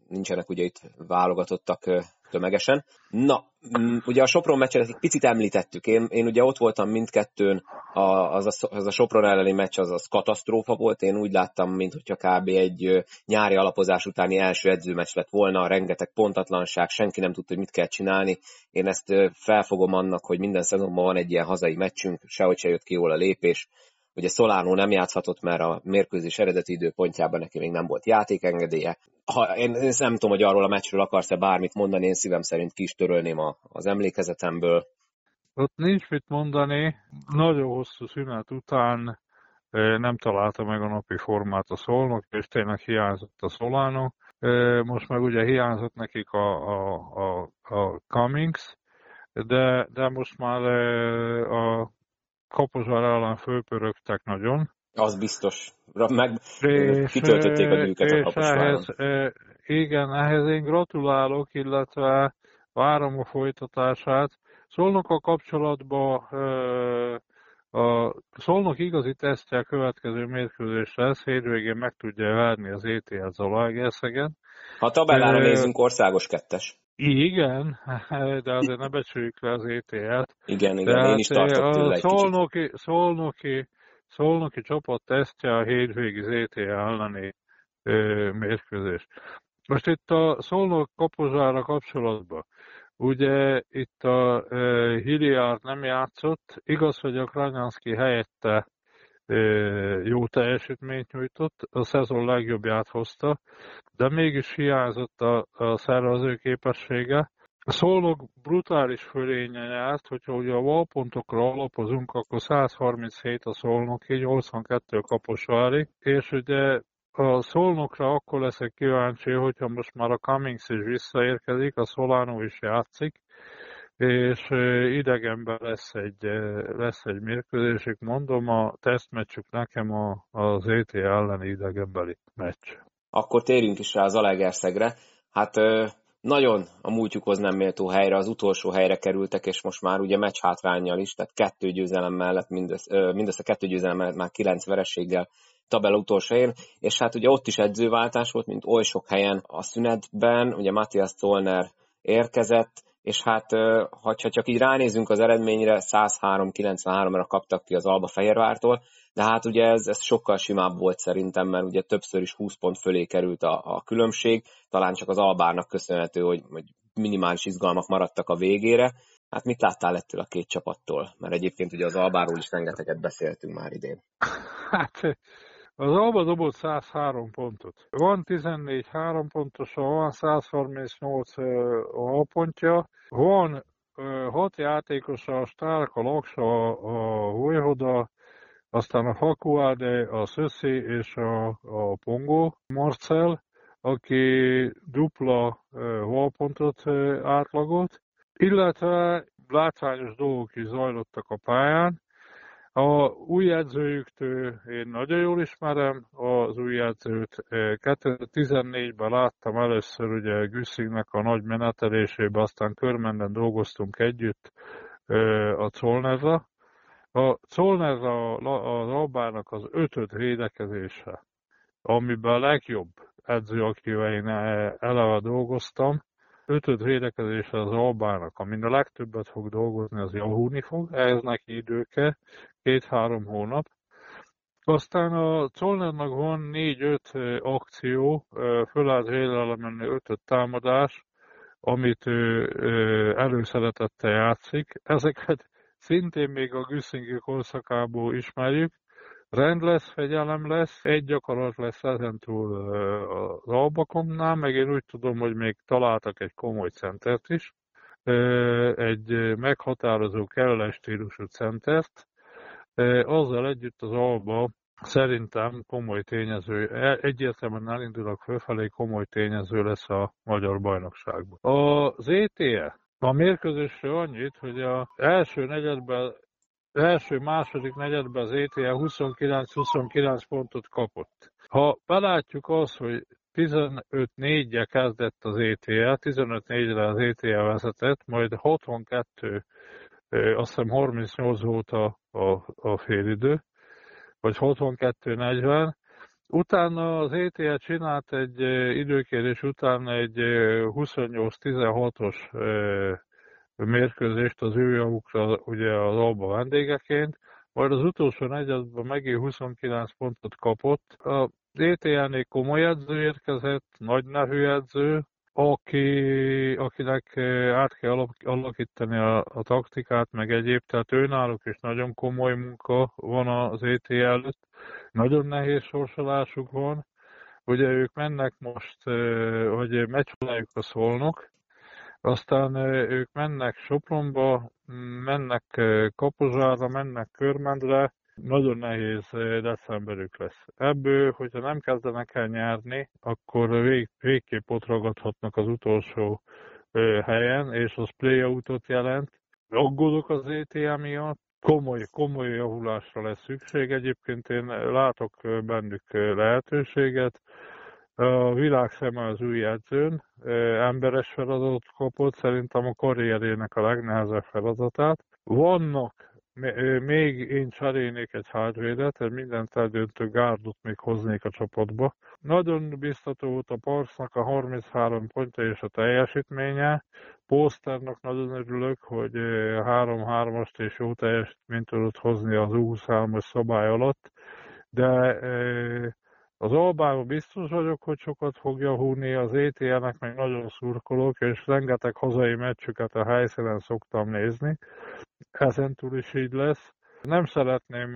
nincsenek ugye itt válogatottak tömegesen. Na, ugye a Sopron meccset egy picit említettük. Én ugye ott voltam mindkettőn, az a Sopron elleni meccs az katasztrófa volt. Én úgy láttam, mintha kb. Egy nyári alapozás utáni első edzőmeccs lett volna, rengeteg pontatlanság, senki nem tudta, hogy mit kell csinálni. Én ezt felfogom annak, hogy minden szezonban van egy ilyen hazai meccsünk, sehogy se jött ki jól a lépés. Ugye Solano nem játszhatott, mert a mérkőzés eredeti időpontjában neki még nem volt játékengedélye. Én nem tudom, hogy arról a meccsről akarsz-e bármit mondani, én szívem szerint ki is törölném az emlékezetemből. Ott nincs mit mondani. Nagyon hosszú szünet után nem találta meg a napi formát a Szolnok, és tényleg hiányzott a Solano. Most meg ugye hiányzott nekik a Cummings, de most már a Kaposvár ellen fölpörögtek nagyon. Az biztos. Kitöltötték a dűket a Kaposváron. Ehhez én gratulálok, illetve várom a folytatását. Szolnokkal kapcsolatban a Szolnok igazi tesztje a következő mérkőzés lesz, hétvégén meg tudja verni az ETL Zalaegerszegen. Ha a tabellára nézzünk, országos 2-es. Igen, de azért ne becsüljük le az ETL-t. Igen, én is tartok tőle egy Szolnoki csapat tesztje a hétvégi ETL elleni mérkőzés. Most itt a Szolnok Kaposvárra kapcsolatban. Ugye itt a Hilliard nem játszott, igaz, hogy a Krajnánszky helyette jó teljesítményt nyújtott, a szezon legjobbját hozta, de mégis hiányzott a szervező képessége. A Szolnok brutális fölénye járt, hogyha ugye a valpontokra alapozunk, akkor 137 a Szolnoki, 82 a Kaposvári, és ugye a Szolnokra akkor leszek kíváncsi, hogyha most már a Cummings is visszaérkezik, a Solano is játszik, és idegenben lesz egy mérkőzésük, mondom, a tesztmeccsük nekem az ET elleni idegenbeli meccs. Akkor térjünk is rá az Zalaegerszegre. Hát nagyon a múltjukhoz nem méltó helyre, az utolsó helyre kerültek, és most már ugye meccs hátránnyal is, tehát 2 győzelem mellett, mindössze 2 győzelem mellett már 9 vereséggel tabella utolsó helyen, és hát ugye ott is edzőváltás volt, mint oly sok helyen a szünetben, ugye Matthias Zollner érkezett, és hát ha csak így ránézünk az eredményre, 103-93-ra kaptak ki az Alba Fehérvártól, de hát ugye ez sokkal simább volt szerintem, mert ugye többször is 20 pont fölé került a különbség, talán csak az Albának köszönhető, hogy minimális izgalmak maradtak a végére. Hát mit láttál ettől a két csapattól? Mert egyébként ugye az Albáról is rengeteget beszéltünk már idén. Hát az Alba dobott 103 pontot. Van 14 3 pontosa, van 138 alpontja, van 6 játékosa, a Stark, a Laksa, a Vojvoda, aztán a Hakuade, a Szöszi és a Pongo Marcel, aki dupla valpontot átlagolt, illetve látványos dolgok is zajlottak a pályán. A új edzőjüktől én nagyon jól ismerem, az új edzőt 2014-ben láttam először ugye Güsszingnek a nagy menetelésében, aztán Körmenden dolgoztunk együtt a Zollnerra. A Zollnerra az Albának az 5. védekezése, amiben a legjobb edző, akivel én eleve dolgoztam, 5. védekezése az Albának, amin a legtöbbet fog dolgozni, az javulni fog, ehhez neki idő kell, 2-3 hónap. Aztán a Zollnernak van 4-5 akció, fölállt vélelemen 5 támadás, amit ő előszeretettel játszik. Ezeket szintén még a Güssingi korszakából ismerjük. Rend lesz, fegyelem lesz, egy gyakorlat lesz ezentúl az Albakomnál, meg én úgy tudom, hogy még találtak egy komoly centert is, egy meghatározó kellemes stílusú centert. Azzal együtt az Alba szerintem komoly tényező, egyértelműen elindulnak fölfelé, komoly tényező lesz a magyar bajnokságban. Az ETE a mérkőzésről annyit, hogy az második negyedben az ETE 29-29 pontot kapott. Ha belátjuk azt, hogy 15-4-je kezdett az ETE, 15-4-re az ETE vezetett, majd 62, azt hiszem 38 volt a félidő, vagy 62-40, Utána az ETL csinált egy időkérés után egy 28-16-os mérkőzést az ő javukra, ugye az Alba vendégeként, majd az utolsó negyedben megint 29 pontot kapott. Az ETL-nél komoly edző érkezett, nagy nevű edző, akinek át kell alakítani a taktikát, meg egyéb, tehát őnáluk is nagyon komoly munka van az ETL előtt. Nagyon nehéz sorsolásuk van. Ugye ők mennek most, hogy meccsórájuk a Szolnok, aztán ők mennek Sopronba, mennek Kapozsárra, mennek Körmendre, nagyon nehéz decemberük lesz. Ebből, hogyha nem kezdenek el nyerni, akkor végképp ott ragadhatnak az utolsó helyen, és az play-outot jelent. Aggódok az ETL miatt, komoly javulásra lesz szükség. Egyébként én látok bennük lehetőséget. A világ szeme az új edzőn, emberes feladatot kapott, szerintem a karrierének a legnehezebb feladatát. Vannak, még én cserélnék egy hátvédet, egy mindent eldöntő gárdot még hoznék a csapatba. Nagyon biztató volt a Parksnak a 33 pontja és a teljesítménye. Posternak nagyon örülök, hogy 3-3-ast és jó teljesítményt tudott hozni az U23-as szabály alatt, de az Albában biztos vagyok, hogy sokat fogja húzni, az ETL-nek meg nagyon szurkolok, és rengeteg hazai meccsüket a helyszínen szoktam nézni. Ezentúl is így lesz. Nem szeretném,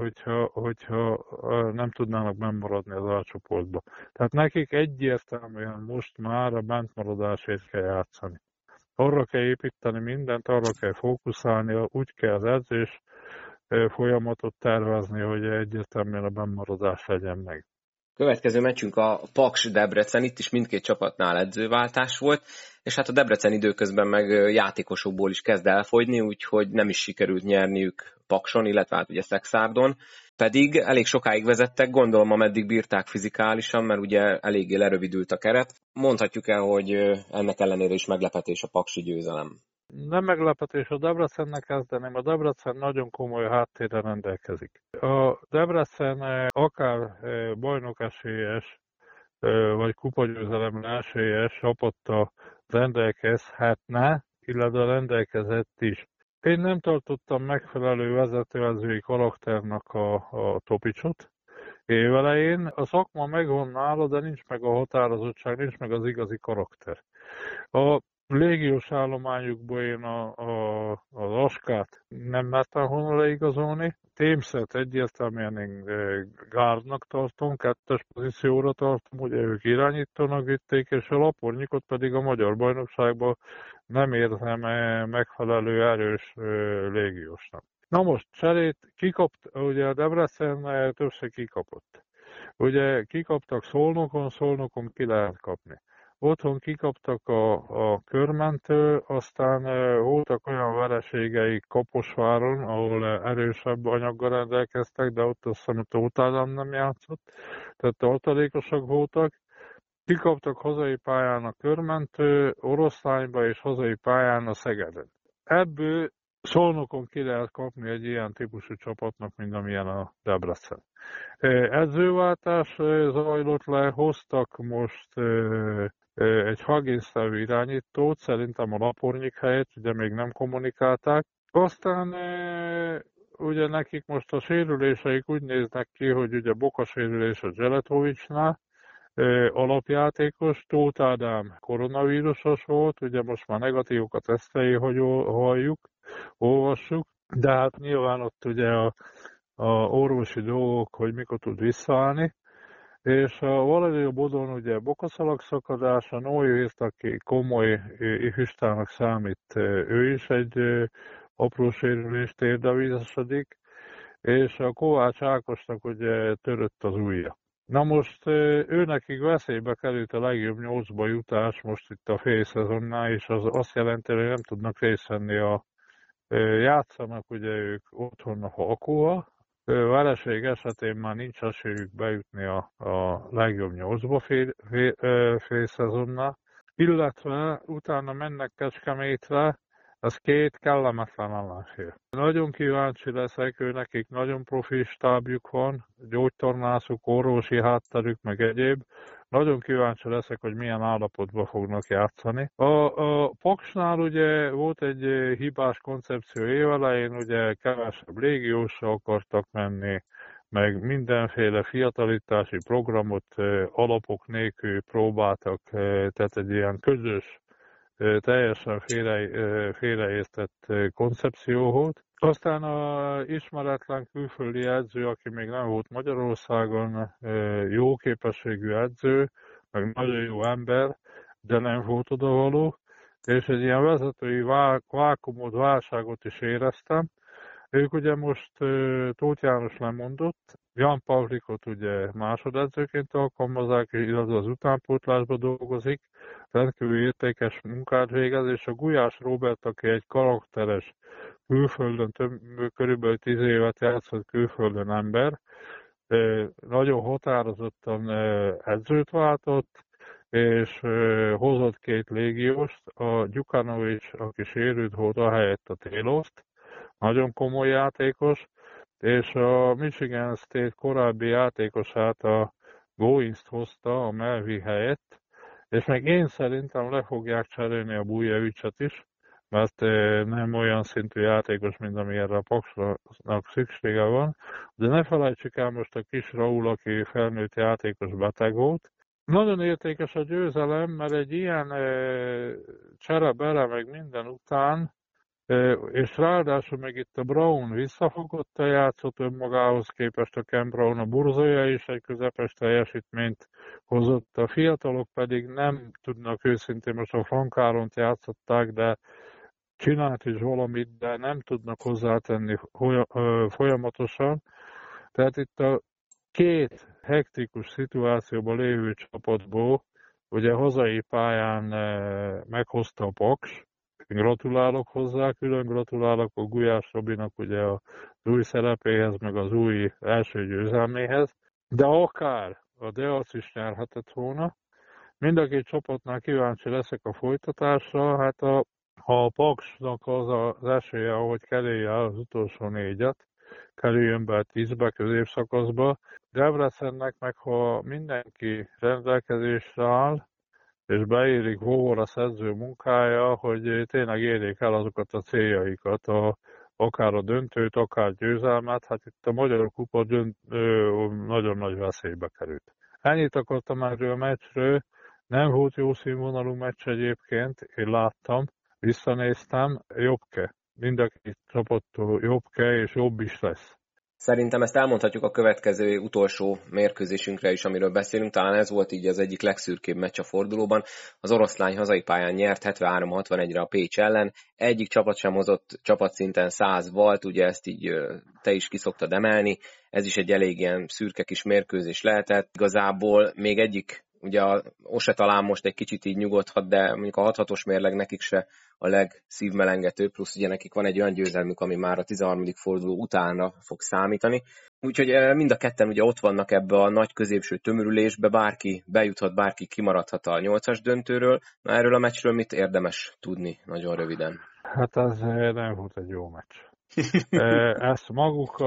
hogyha nem tudnának bennmaradni az alcsoportba. Tehát nekik egyértelműen most már a bentmaradásért kell játszani. Arra kell építeni mindent, arra kell fókuszálni, úgy kell az edzés folyamatot tervezni, hogy egyértelműen a bennmaradás legyen meg. Következő meccsünk a Paks Debrecen, itt is mindkét csapatnál edzőváltás volt, és hát a Debrecen időközben meg játékosokból is kezd elfogyni, úgyhogy nem is sikerült nyerniük Pakson, illetve hát ugye Szexárdon, pedig elég sokáig vezettek, gondolom ameddig bírták fizikálisan, mert ugye eléggé lerövidült a keret. Mondhatjuk el, hogy ennek ellenére is meglepetés a paksi győzelem. Nem meglepetés, a Debrecennek kezdeném. A Debrecen nagyon komoly háttérre rendelkezik. A Debrecen akár bajnok esélyes, vagy kupagyőzelemre esélyes csapattal rendelkezhetne, illetve rendelkezett is. Én nem tartottam megfelelő vezetőedzői karakternek a Topicsot évelején. A szakma megvan nála, de nincs meg a határozottság, nincs meg az igazi karakter. A légiós állományukból én az Askát nem mertem volna leigazolni. Témszert egyértelműen én gárdnak tartom, 2-es pozícióra tartom, ugye ők irányítónak vitték, és a Lapornyikot pedig a magyar bajnokságban nem érzem megfelelő erős légiósnak. Na most cserét ugye a Debrecen többször kikapott. Ugye kikaptak Szolnokon ki lehet kapni. Otthon kikaptak a Körmentől, aztán voltak olyan vereségeik Kaposváron, ahol erősebb anyaggal rendelkeztek, de ott azt hiszem, hogy Tóth Ádám nem játszott, tehát tartalékosak voltak. Kikaptak hazai pályán a Körmentől, Oroszlányba és hazai pályán a Szegeden. Ebből Szolnokon ki lehet kapni egy ilyen típusú csapatnak, mint amilyen a Debrecen. Edzőváltás zajlott le, hoztak most egy Huggins nevű irányítót, szerintem a Lapornyik helyett, ugye még nem kommunikálták. Aztán ugye nekik most a sérüléseik úgy néznek ki, hogy ugye bokasérülés a Zseletovicsnál, alapjátékos, Tóth Ádám koronavírusos volt, ugye most már negatívokat tesztei, hogy halljuk, olvassuk, de hát nyilván ott ugye a orvosi dolgok, hogy mikor tud visszaállni, és a Valerio Bodon ugye bokaszalag szakadás, a Noé aki komoly ifjústának számít, ő is egy apró sérülést érdevízesedik, és a Kovács Ákosnak ugye törött az ujja. Na most őnekik veszélybe került a legjobb 8-ba jutás most itt a félszezonnál, és az azt jelenti, hogy nem tudnak részt venni játszanak ugye ők otthon a Halkóval. Vereség esetén már nincs esélyük bejutni a legjobb 8-ba félszezonnal, illetve utána mennek Kecskemétre, Ez két kellemetlen ellenfél. Nagyon kíváncsi leszek, nekik nagyon profi stábjuk van, gyógytornászuk, orvosi hátterük, meg egyéb. Nagyon kíváncsi leszek, hogy milyen állapotban fognak játszani. A Paksnál ugye volt egy hibás koncepció évelején, ugye kevesebb légiósra akartak menni, meg mindenféle fiatalítási programot alapok nélkül próbáltak, tehát egy ilyen közös, teljesen félreértett koncepció volt. Aztán a ismeretlen külföldi edző, aki még nem volt Magyarországon, jó képességű edző, meg nagyon jó ember, de nem volt odavaló, és egy ilyen vezetői vákumot, válságot is éreztem. Ők ugye most Tóth János lemondott, Jan Pavlikot ugye másodedzőként alkalmazzák, illetve az utánpótlásban dolgozik, rendkívül értékes munkát végez, és a Gulyás Róbert, aki egy karakteres, külföldön körülbelül 10 évet játszott külföldön ember, nagyon határozottan edzőt váltott, és hozott 2 légióst, a Gyukanovics, aki sérült volt, ahelyett a Taylort, nagyon komoly játékos, és a Michigan State korábbi játékosát, a Goins-t hozta a Melvi helyett, és meg én szerintem le fogják cserélni a Bujevicset is, mert nem olyan szintű játékos, mint amilyenre a Paksnak szüksége van. De ne felejtsük el most a kis Raúl, aki felnőtt játékos, beteg volt. Nagyon értékes a győzelem, mert egy ilyen csere-bere meg minden után, és ráadásul meg itt a Brown visszafogottan játszott önmagához képest, a Ken Brown, a Burzója is egy közepes teljesítményt hozott, a fiatalok pedig nem tudnak őszintén, most a Frank Áront játszották, de csinált is valamit, de nem tudnak hozzátenni folyamatosan. Tehát itt a 2 hektikus szituációban lévő csapatból, ugye hazai pályán meghozta a Paks. Gratulálok hozzá, külön gratulálok a Gulyás Robinak ugye az új szerepéhez, meg az új első győzelméhez, de akár a Deac is nyerhetett volna. Mind a 2 csapatnál kíváncsi leszek a folytatásra, hát a Paksnak az esélye, ahogy kerülje el az utolsó 4-et, kerüljön be 10-be középszakaszba. Debrecennek meg, ha mindenki rendelkezésre áll, és beérik Vóra edző munkája, hogy tényleg érjék el azokat a céljaikat, akár a döntőt, akár győzelmet. Hát itt a Magyar Kupa nagyon nagy veszélybe került. Ennyit akartam erről a meccsről, nem volt jó színvonalú meccs egyébként, én láttam, visszanéztem, jobbke. Mind a 2 csapattól jobbke, és jobb is lesz. Szerintem ezt elmondhatjuk a következő utolsó mérkőzésünkre is, amiről beszélünk. Talán ez volt így az egyik legszürkébb meccs a fordulóban. Az Oroszlány hazai pályán nyert 73-61-re a Pécs ellen. Egyik csapat sem hozott csapatszinten 100 volt, ugye ezt így te is ki szoktad emelni. Ez is egy elég ilyen szürke kis mérkőzés lehetett. Igazából még egyik, ugye a Ose talán most egy kicsit így nyugodhat, de mondjuk a 6-6-os mérleg nekik se a legszívmelengetőbb, plusz ugye nekik van egy olyan győzelmük, ami már a 13. forduló utánra fog számítani. Úgyhogy mind a ketten ugye ott vannak ebbe a nagy középső tömörülésbe, bárki bejuthat, bárki kimaradhat a 8-as döntőről. Na erről a meccsről mit érdemes tudni nagyon röviden? Hát ez nem volt egy jó meccs. Ezt maguk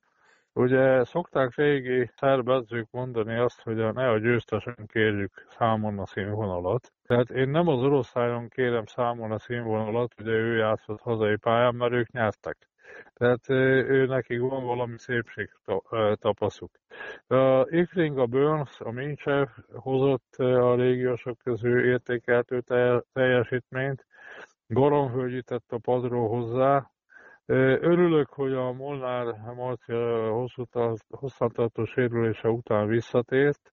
ugye szokták régi szerb edzők mondani azt, hogy ne a győztesen kérjük számon a színvonalat. Tehát én nem az Oroszlányon kérem számon a színvonalat, ugye ő játszott hazai pályán, mert ők nyertek. Tehát ő nekik van valami szépség tapaszuk. A Ikring, a Burns, a Mincsev hozott a légiósok közül értékeltő teljesítményt, Garamvölgyi tett a padról hozzá. Örülök, hogy a Molnár Marcia hosszantartó sérülése után visszatért.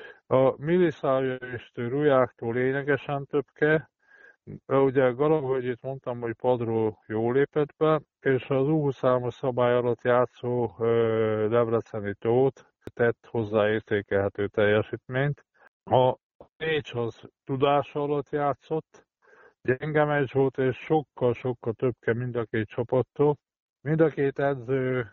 A Miliszája és Rujáktól lényegesen többke. Ugye Garamvölgyit mondtam, hogy padról jól lépett be, és az U23-as szabály alatt játszó debreceni Tóth tett hozzá értékelhető teljesítményt. A Pécs az tudása alatt játszott, gyenge meccs volt, és sokkal-sokkal többke mind a 2 csapattól. Mind a 2 edző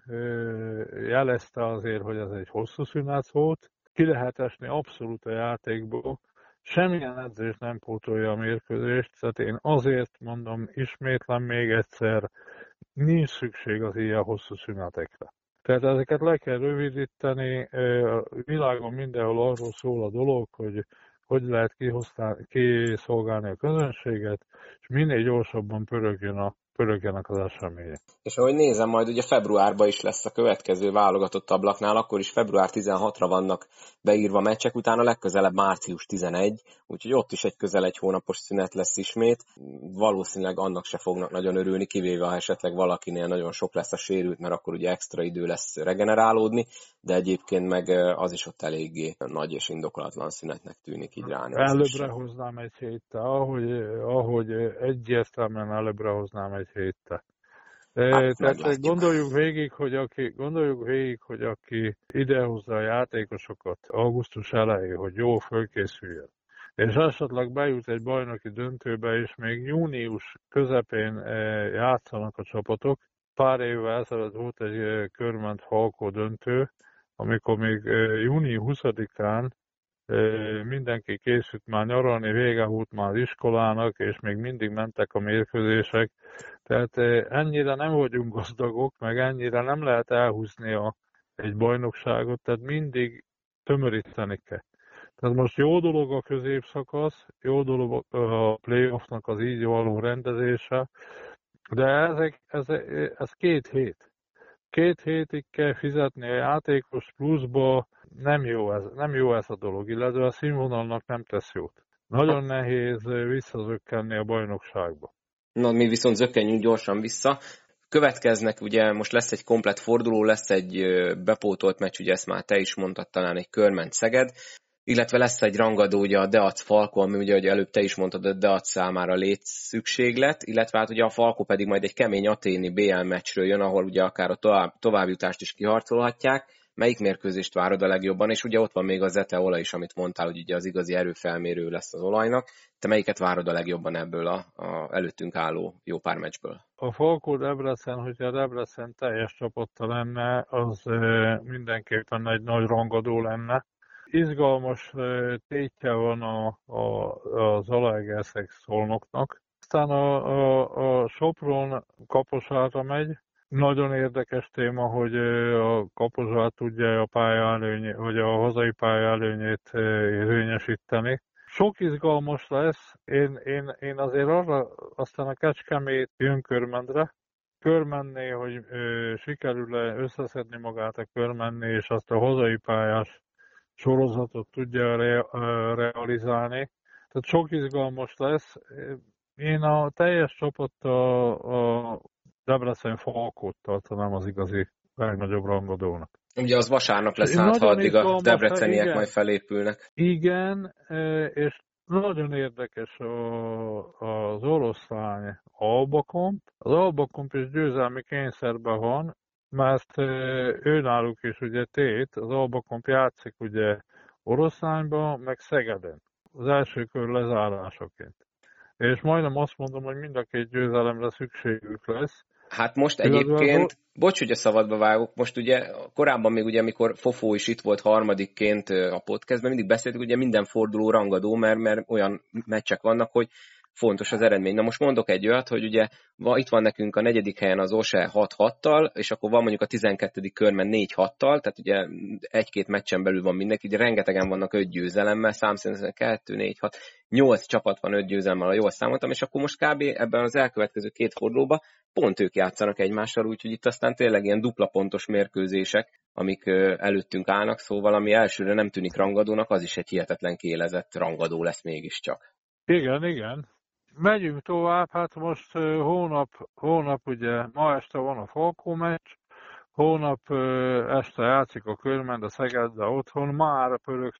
jelezte azért, hogy ez egy hosszú szünet volt. Ki lehet esni abszolút a játékból, Semmilyen edzés nem pótolja a mérkőzést, tehát én azért mondom, ismétlem még egyszer, nincs szükség az ilyen hosszú szünetekre. Tehát ezeket le kell rövidíteni, a világon mindenhol arról szól a dolog, hogy lehet kiszolgálni a közönséget, és minél gyorsabban pörögjenek az események. És ahogy nézem, majd ugye februárban is lesz a következő válogatott ablaknál, akkor is február 16-ra vannak beírva meccsek, utána legközelebb március 11, úgyhogy ott is közel egy hónapos szünet lesz ismét. Valószínűleg annak se fognak nagyon örülni, kivéve ha esetleg valakinél nagyon sok lesz a sérült, mert akkor ugye extra idő lesz regenerálódni, de egyébként meg az is ott eléggé nagy és indokolatlan szünetnek tűnik így ránézésre. Előbbre hoznám egy héttel, ahogy egyértelműen előbbre hoznám egy héttel. Tehát gondoljuk végig, hogy aki idehozza a játékosokat augusztus elején, hogy jól fölkészüljön, és esetleg bejut egy bajnoki döntőbe, és még június közepén játszanak a csapatok. Pár évvel ezelőtt volt egy Körment Falkó döntő, amikor még június 20-án mindenki készült már nyaralni, vége volt már az iskolának, és még mindig mentek a mérkőzések. Tehát ennyire nem vagyunk gazdagok, meg ennyire nem lehet elhúzni egy bajnokságot, tehát mindig tömöríteni kell. Tehát most jó dolog a középszakasz, jó dolog a playoffnak az így való rendezése, de ez 2 hét. 2 hétig kell fizetni a játékos pluszba, nem jó ez a dolog, illetve a színvonalnak nem tesz jót. Nagyon nehéz visszazökkenni a bajnokságba. Na, mi viszont zökkenjünk gyorsan vissza. Következnek, ugye most lesz egy komplett forduló, lesz egy bepótolt meccs, ugye ezt már te is mondtad, talán egy Körment-Szeged, illetve lesz egy rangadó, ugye a Deac-Falko, ami ugye, hogy előbb te is mondtad, a Deac számára létszükséglet, illetve hát ugye a Falko pedig majd egy kemény aténi BL meccsről jön, ahol ugye akár a továbbjutást is kiharcolhatják. Melyik mérkőzést várod a legjobban? És ugye ott van még az ETE olaj is, amit mondtál, hogy ugye az igazi erőfelmérő lesz az olajnak. Te melyiket várod a legjobban ebből a előttünk álló jó pár meccsből? A Falko Debrecen, hogyha a Debrecen teljes csapata lenne, az mindenképpen egy nagy rangadó lenne. Izgalmas tétje van az Zalaegerszeg Szolnoknak. Aztán a Sopron Kaposvárra megy. Nagyon érdekes téma, hogy a Kaposvár tudja hogy a hazai pálya előnyét érvényesíteni. Sok izgalmas lesz. Én azért arra, aztán a Kecskemét jön Körmendre. Körmenné, hogy sikerül-e összeszedni magát a Körmenné, és azt a hazai pályás sorozatot tudja realizálni. Tehát sok izgalmas lesz. Én a teljes csapattal a Debrecen Falkót tartanám az igazi legnagyobb rangadónak. Ugye az vasárnap lesz, hát ha addig a debreceniek igen, majd felépülnek. Igen, és nagyon érdekes az oroszlány Albakomp. Az Albakomp is győzelmi kényszerben van, mert őnáluk is ugye tét, az Albakomp játszik ugye Oroszlányban, meg Szegeden, az első kör lezárásaként. És majdnem azt mondom, hogy mind a 2 győzelemre szükségük lesz. Hát most egyébként, bocs, hogy a szabadba vágok, most ugye korábban még ugye, amikor Fofó is itt volt harmadikként a podcastben, mindig beszéltük, ugye minden forduló rangadó, mert olyan meccsek vannak, hogy fontos az eredmény. Na most mondok egy olyat, hogy ugye itt van nekünk a 4. helyen az OSE 6-6-tal, és akkor van mondjuk a 12. körben 4-6-tal, tehát ugye 1-2 meccsen belül van mindenki, ugye rengetegen vannak 5 győzelemmel, számszerűen 2, 4, 6, 8 csapat van 5 győzelemmel, ha jól számoltam, és akkor most kb. Ebben az elkövetkező 2 fordulóban pont ők játszanak egymással, úgyhogy itt aztán tényleg ilyen dupla pontos mérkőzések, amik előttünk állnak, szóval ami elsőre nem tűnik rangadónak, az is egy hihetetlen kiélezett rangadó lesz mégiscsak. Igen. Megyünk tovább, hát most hónap ugye ma este van a Falkó meccs, hónap este játszik a Körmend a Szegeddel otthon, már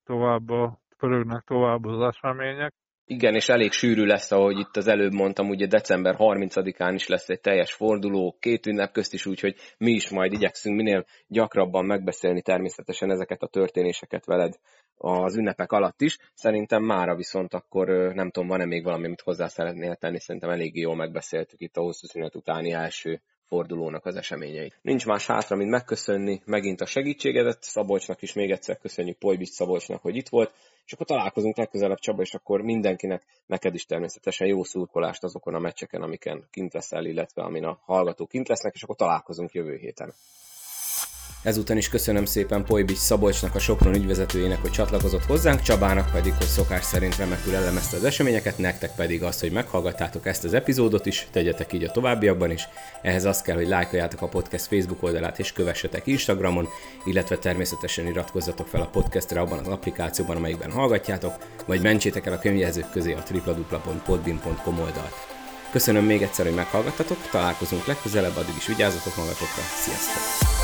pörögnek tovább az események. Igen, és elég sűrű lesz, ahogy itt az előbb mondtam, ugye december 30-án is lesz egy teljes forduló, 2 ünnep közt is, úgyhogy mi is majd igyekszünk minél gyakrabban megbeszélni természetesen ezeket a történéseket veled az ünnepek alatt is. Szerintem mára viszont akkor nem tudom, van-e még valami, amit hozzá szeretnél tenni, szerintem eléggé jól megbeszéltük itt a hosszú szünet utáni első fordulónak az eseményeit. Nincs más hátra, mint megköszönni megint a segítségedet, Szabolcsnak is még egyszer köszönjük, Pojbics Szabolcsnak, hogy itt volt, és akkor találkozunk legközelebb, Csaba, és akkor mindenkinek, neked is természetesen jó szurkolást azokon a meccseken, amiken kint leszel, illetve amin a hallgatók kint lesznek, és akkor találkozunk jövő héten. Ezúton is köszönöm szépen Pojbics Szabolcsnak, a Sopron ügyvezetőjének, hogy csatlakozott hozzánk, Csabának pedig, hogy szokás szerint remekül elemezte az eseményeket, nektek pedig azt, hogy meghallgattátok ezt az epizódot is, tegyetek így a továbbiakban is. Ehhez az kell, hogy lájkoljátok a podcast Facebook oldalát és kövessetek Instagramon, illetve természetesen iratkozzatok fel a podcastre abban az applikációban, amelyikben hallgatjátok, vagy mentsétek el a könyvjelzők közé a www.podbean.com oldalt. Köszönöm még egyszer, hogy meghallgattatok, találkozunk legközelebb, addig is vigyázzatok magatokra, sziasztok!